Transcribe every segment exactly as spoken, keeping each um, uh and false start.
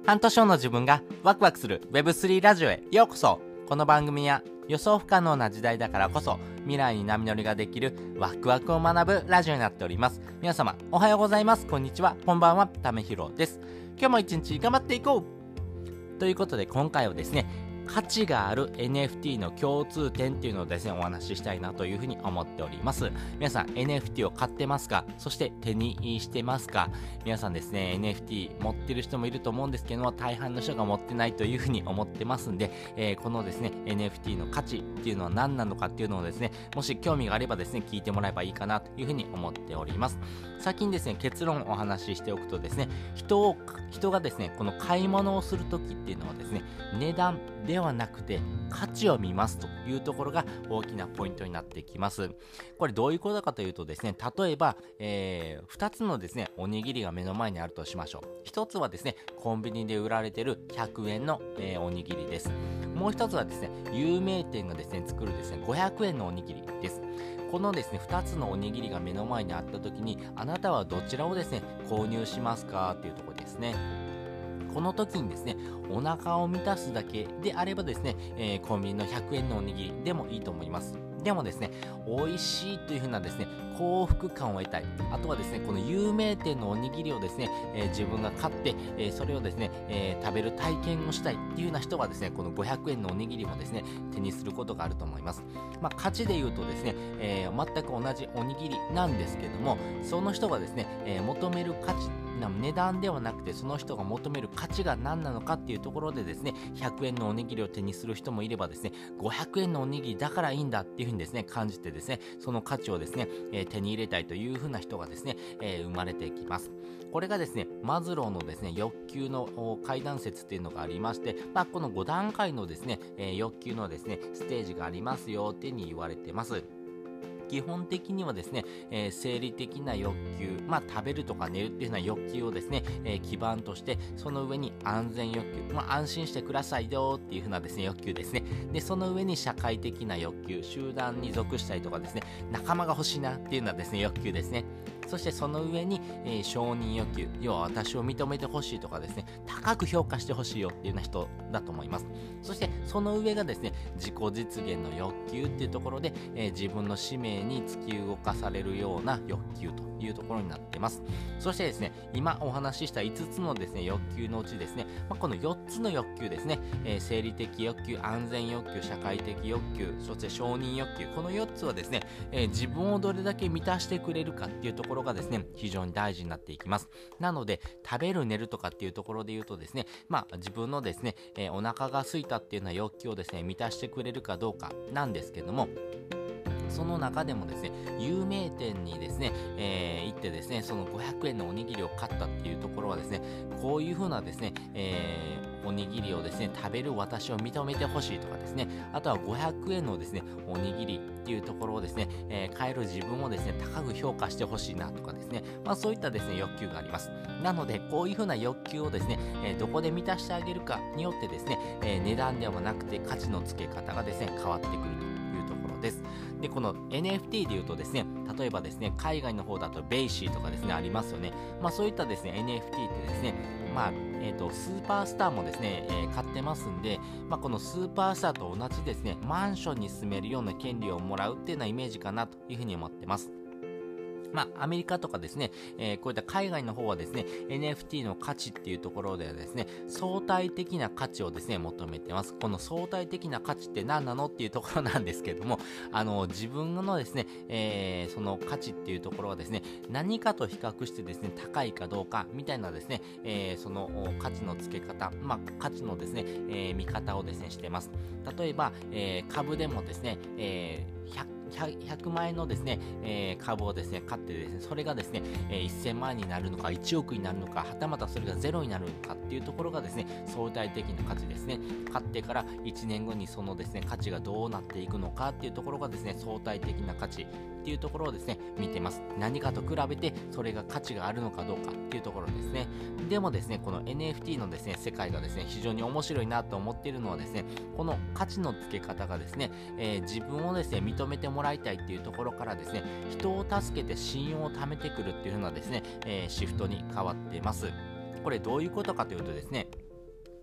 半年後の自分がワクワクする ウェブスリー ラジオへようこそ。この番組は予想不可能な時代だからこそ未来に波乗りができるワクワクを学ぶラジオになっております。皆様おはようございます、こんにちは、こんばんは、ためひろです。今日も一日頑張っていこうということで、今回はですね、価値がある エヌエフティー の共通点っていうのをですね、お話ししたいなというふうに思っております。皆さん エヌエフティー を買ってますか？そして手にしてますか？皆さんですね、エヌエフティー 持ってる人もいると思うんですけども、大半の人が持ってないというふうに思ってますんで、えー、このですね エヌエフティー の価値っていうのは何なのかっていうのをですね、もし興味があればですね、聞いてもらえばいいかなというふうに思っております。先にですね、結論をお話ししておくとですね、人を人がですね、この買い物をするときっていうのはですね、値段ではなくて価値を見ますというところが大きなポイントになってきます。これどういうことかというとですね、例えば、えー、ふたつのですねおにぎりが目の前にあるとしましょう。ひとつはですね、コンビニで売られているひゃくえんの、えー、おにぎりです。もうひとつはですね、有名店がですね作るですねごひゃくえんのおにぎりです。このですねふたつのおにぎりが目の前にあった時に、あなたはどちらをですね購入しますかっていうところですね。この時にですね、お腹を満たすだけであればですね、えー、コンビニのひゃくえんのおにぎりでもいいと思います。でもですね、美味しいという風なですね、幸福感を得たい。あとはですね、この有名店のおにぎりをですね、えー、自分が買って、えー、それをですね、えー、食べる体験をしたいっていうような人はですね、このごひゃくえんのおにぎりもですね、手にすることがあると思います。まあ、価値で言うとですね、えー、全く同じおにぎりなんですけども、その人がですね、えー、求める価値、値段ではなくて、その人が求める価値が何なのかっていうところでですね、ひゃくえんのおにぎりを手にする人もいればですね、ごひゃくえんのおにぎりだからいいんだっていうふうにですね、感じてですね、その価値をですね、えー、手に入れたいというふうな人がですね、えー、生まれてきます。これがですね、マズローのですね、欲求の階段説っていうのがありまして、まあ、このご段階のですね、えー、欲求のですね、ステージがありますよっていうふうに言われてます。基本的にはですね、えー、生理的な欲求、まあ食べるとか寝るっていうような欲求をですね、えー、基盤として、その上に安全欲求、まあ安心して暮らさいよっていう風なですね、欲求ですね。で、その上に社会的な欲求、集団に属したりとかですね、仲間が欲しいなっていうのはですね、欲求ですね。そしてその上に、えー、承認欲求、要は私を認めてほしいとかですね、高く評価してほしいよっていうような人だと思います。そしてその上がですね、自己実現の欲求っていうところで、えー、自分の使命に突き動かされるような欲求というところになってます。そしてですね、今お話ししたいつつのですね、欲求のうちですね、まあ、このよっつの欲求ですね、えー、生理的欲求、安全欲求、社会的欲求、そして承認欲求、このよっつはですね、えー、自分をどれだけ満たしてくれるかっていうところがですね、非常に大事になっていきます。なので、食べる、寝るとかっていうところで言うとですね、まあ自分のですね、えー、お腹が空いたっていうような欲求をですね、満たしてくれるかどうかなんですけども、その中でもですね、有名店にですね、えー、行ってですね、そのごひゃくえんのおにぎりを買ったっていうところはですね、こういう風なですね、えー、おにぎりをですね、食べる私を認めてほしいとかですね、あとはごひゃくえんのですね、おにぎりっていうところをですね、えー、買える自分をですね、高く評価してほしいなとかですね、まあそういったですね、欲求があります。なので、こういう風な欲求をですね、えー、どこで満たしてあげるかによってですね、えー、値段ではなくて価値の付け方がですね、変わってくるというところです。で、この エヌエフティー で言うとですね、例えばですね、海外の方だとベイシーとかですね、ありますよね。まあそういったですね、エヌエフティー ってですね、まあ、えーと、スーパースターもですね、えー、買ってますんで、まあこのスーパースターと同じですね、マンションに住めるような権利をもらうっていうようなイメージかなというふうに思ってます。まあ、アメリカとかですね、えー、こういった海外の方はですね、エヌエフティー の価値っていうところではですね、相対的な価値をですね、求めてます。この相対的な価値って何なのっていうところなんですけども、あの、自分のですね、えー、その価値っていうところはですね、何かと比較してですね、高いかどうかみたいなですね、えー、その価値の付け方、まあ、価値のですね、えー、見方をですね、してます。例えば、えー、株でもですね、えー、ひゃくひゃくまんえんのですね、えー、株をですね、買ってですね、それがですね、えー、せんまんえんになるのか、いちおくになるのか、はたまたそれがゼロになるのかっていうところがですね、相対的な価値ですね。買ってからいちねんごにそのですね、価値がどうなっていくのかっていうところがですね、相対的な価値っていうところをですね、見てます。何かと比べて、それが価値があるのかどうかっていうところですね。でもですね、この エヌエフティー のですね、世界がですね、非常に面白いなと思っているのはですね、この価値の付け方がですね、えー、自分をですね、認めてもらいたいっていうところからですね、人を助けて信用を貯めてくるっていう風なですね、えー、シフトに変わっています。これどういうことかというとですね、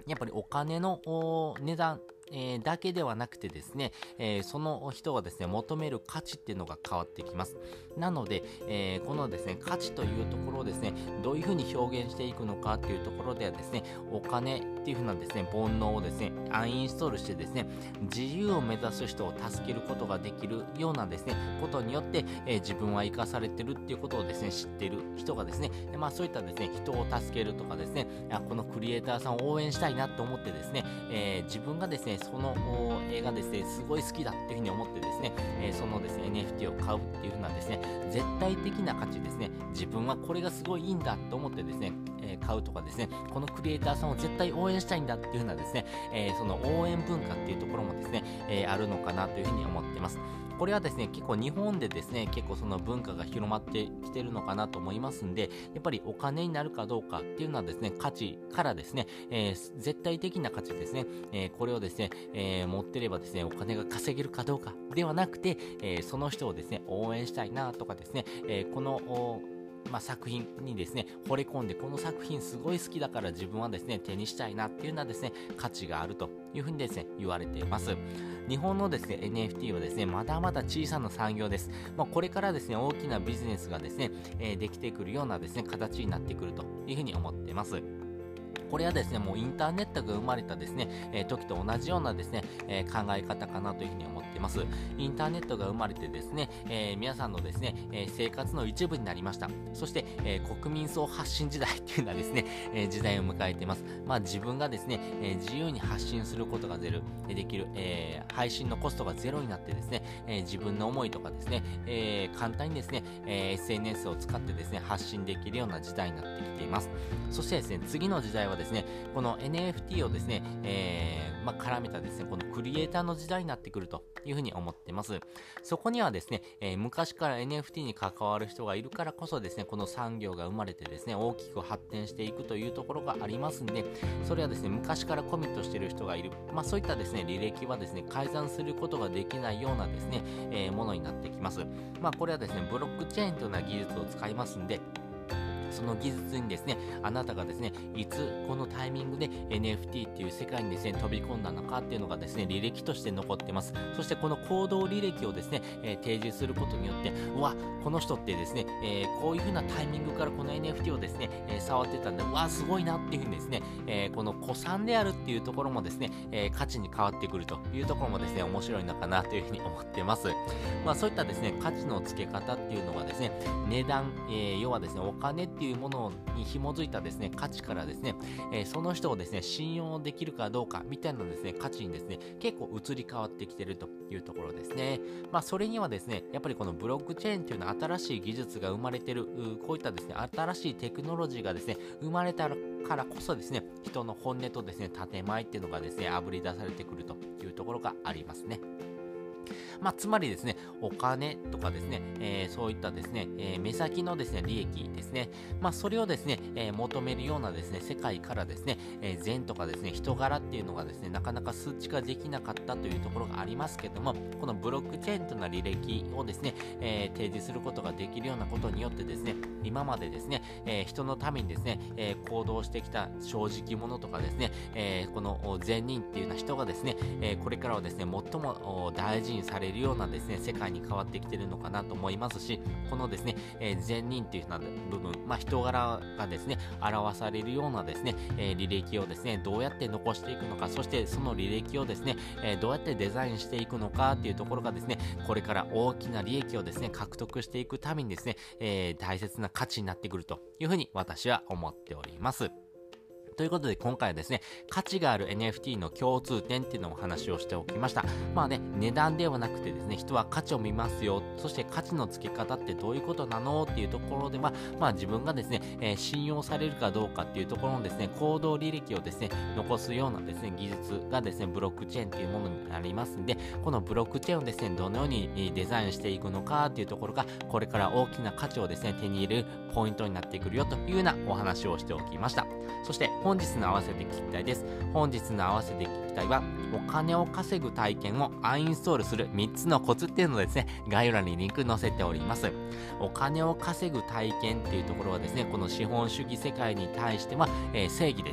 やっぱりお金の値段えー、だけではなくてですね、えー、その人がですね、求める価値っていうのが変わってきます。なので、えー、このですね、価値というところをですね、どういうふうに表現していくのかっていうところではですね、お金っていうふうなですね、煩悩をですね、アンインストールしてですね、自由を目指す人を助けることができるようなですね、ことによって、えー、自分は生かされてるっていうことをですね、知っている人がですね、まあそういったですね、人を助けるとかですね、あこのクリエイターさんを応援したいなと思ってですね、えー、自分がですね、その映画ですね、すごい好きだっていうふうに思ってですね、えー、そのですね、エヌエフティー を買うっていうふうなですね、絶対的な価値ですね、自分はこれがすごいいいんだと思ってですね、えー、買うとかですね、このクリエイターさんを絶対応援したいんだっていうふうなですね、えー、その応援文化っていうところもですね、えー、あるのかなというふうに思ってます。これはですね、結構日本でですね、結構その文化が広まってきてるのかなと思いますんで、やっぱりお金になるかどうかっていうのはですね、価値からですね、えー、絶対的な価値ですね、えー、これをですね、えー、持ってればですね、お金が稼げるかどうかではなくて、えー、その人をですね、応援したいなとかですね、えー、この、まあ、作品にですね、惚れ込んで、この作品すごい好きだから自分はですね、手にしたいなっていうのはですね、価値があるというふうにですね、言われています。日本のですね、エヌエフティー はですね、まだまだ小さな産業です。まあ、これからですね、大きなビジネスがですね、えー、できてくるようなですね、形になってくるというふうに思っています。これはですね、もうインターネットが生まれたですね、えー、時と同じようなですね、えー、考え方かなというふうに思っています。インターネットが生まれてですね、えー、皆さんのですね、えー、生活の一部になりました。そして、えー、国民総発信時代っていうのはですね、えー、時代を迎えています。まあ自分がですね、えー、自由に発信することがゼロできる、えー、配信のコストがゼロになってですね、えー、自分の思いとかですね、えー、簡単にですね、えー、エスエヌエス を使ってですね、発信できるような時代になってきています。そしてですね、次の時代はですね、この エヌエフティー をですね、えー、まあ、絡めたですね、このクリエイターの時代になってくるというふうに思っています。そこにはですね、えー、昔から エヌエフティー に関わる人がいるからこそですね、この産業が生まれてですね、大きく発展していくというところがありますんで、それはですね、昔からコミットしている人がいる、まあ、そういったですね、履歴はですね、改ざんすることができないようなですね、えー、ものになってきます。まあ、これはですね、ブロックチェーンというような技術を使いますんで、その技術にですね、あなたがですね、いつこのタイミングで エヌエフティー っていう世界にですね、飛び込んだのかっていうのがですね、履歴として残ってます。そしてこの行動履歴をですね、えー、提示することによって、うわ、この人ってですね、えー、こういう風なタイミングからこの エヌエフティー をですね、えー、触ってたんで、うわ、すごいなっていう風にですね、えー、この古参であるっていうところもですね、えー、価値に変わってくるというところもですね、面白いのかなという風に思ってます。まあそういったですね、価値の付け方っていうのがですね、値段、えー、要はですね、お金っていうものに紐づいたですね、価値からですね、えー、その人をですね、信用できるかどうかみたいなですね、価値にですね、結構移り変わってきてるというところですね。まあそれにはですね、やっぱりこのブロックチェーンっていうのは新しい技術が生まれてる、こういったですね、新しいテクノロジーがですね、生まれたからこそですね、人の本音とですね、建前っていうのがですね、あぶり出されてくるというところがありますね。まあ、つまりですね、お金とかですね、えー、そういったですね、えー、目先のですね、利益ですね、まあ、それをですね、えー、求めるようなですね、世界からですね、えー、善とかですね、人柄っていうのがですね、なかなか数値化できなかったというところがありますけども、このブロックチェーンというのは履歴をですね、えー、提示することができるようなことによってですね、今までですね、えー、人のためにですね、えー、行動してきた正直者とかですね、えー、この善人っていうような人がですね、えー、これからはですね、最も大事にされるようなですね、世界に変わってきてるのかなと思いますし、このですね、えー、善人っていうような部分、まあ、人柄がですね、表されるようなですね、えー、履歴をですね、どうやって残していくのか、そしてその履歴をですね、えー、どうやってデザインしていくのかっていうところがですね、これから大きな利益をですね、獲得していくためにですね、えー、大切な価値になってくるというふうに私は思っております。ということで今回はですね、価値がある エヌエフティー の共通点っていうのをお話をしておきました。まあね、値段ではなくてですね、人は価値を見ますよ。そして価値の付け方ってどういうことなのっていうところでは、まあ自分がですね、えー、信用されるかどうかっていうところのですね、行動履歴をですね、残すようなですね、技術がですね、ブロックチェーンっていうものになりますんで、このブロックチェーンをですね、どのようにデザインしていくのかっていうところが、これから大きな価値をですね、手に入れるポイントになってくるよというようなお話をしておきました。そして本日の合わせて聞きたいです。本日の合わせて聞きたいは、お金を稼ぐ体験をアンインストールするみっつのコツっていうのをですね、概要欄にリンク載せております。お金を稼ぐ体験っていうところはですね、この資本主義世界に対しては、えー、正義です。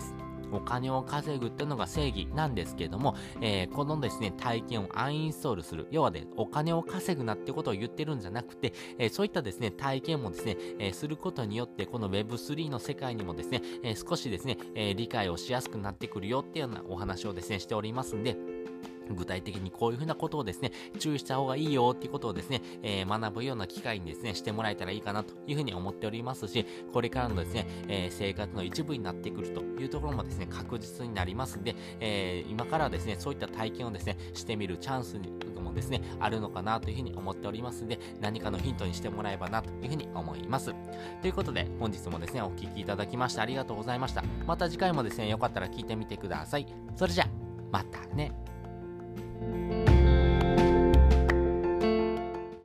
お金を稼ぐっていうのが正義なんですけども、えー、このですね、体験をアンインストールする。要はね、お金を稼ぐなってことを言ってるんじゃなくて、えー、そういったですね、体験もですね、えー、することによって、この ウェブスリー の世界にもですね、えー、少しですね、えー、理解をしやすくなってくるよっていうようなお話をですね、しておりますんで、具体的にこういうふうなことをですね、注意した方がいいよっていうことをですね、えー、学ぶような機会にですね、してもらえたらいいかなというふうに思っておりますし、これからのですね、えー、生活の一部になってくるというところもですね、確実になりますんで、えー、今からですね、そういった体験をですね、してみるチャンスもですね、あるのかなというふうに思っておりますんで、何かのヒントにしてもらえばなというふうに思います。ということで、本日もですね、お聞きいただきましてありがとうございました。また次回もですね、よかったら聞いてみてください。それじゃ、またね。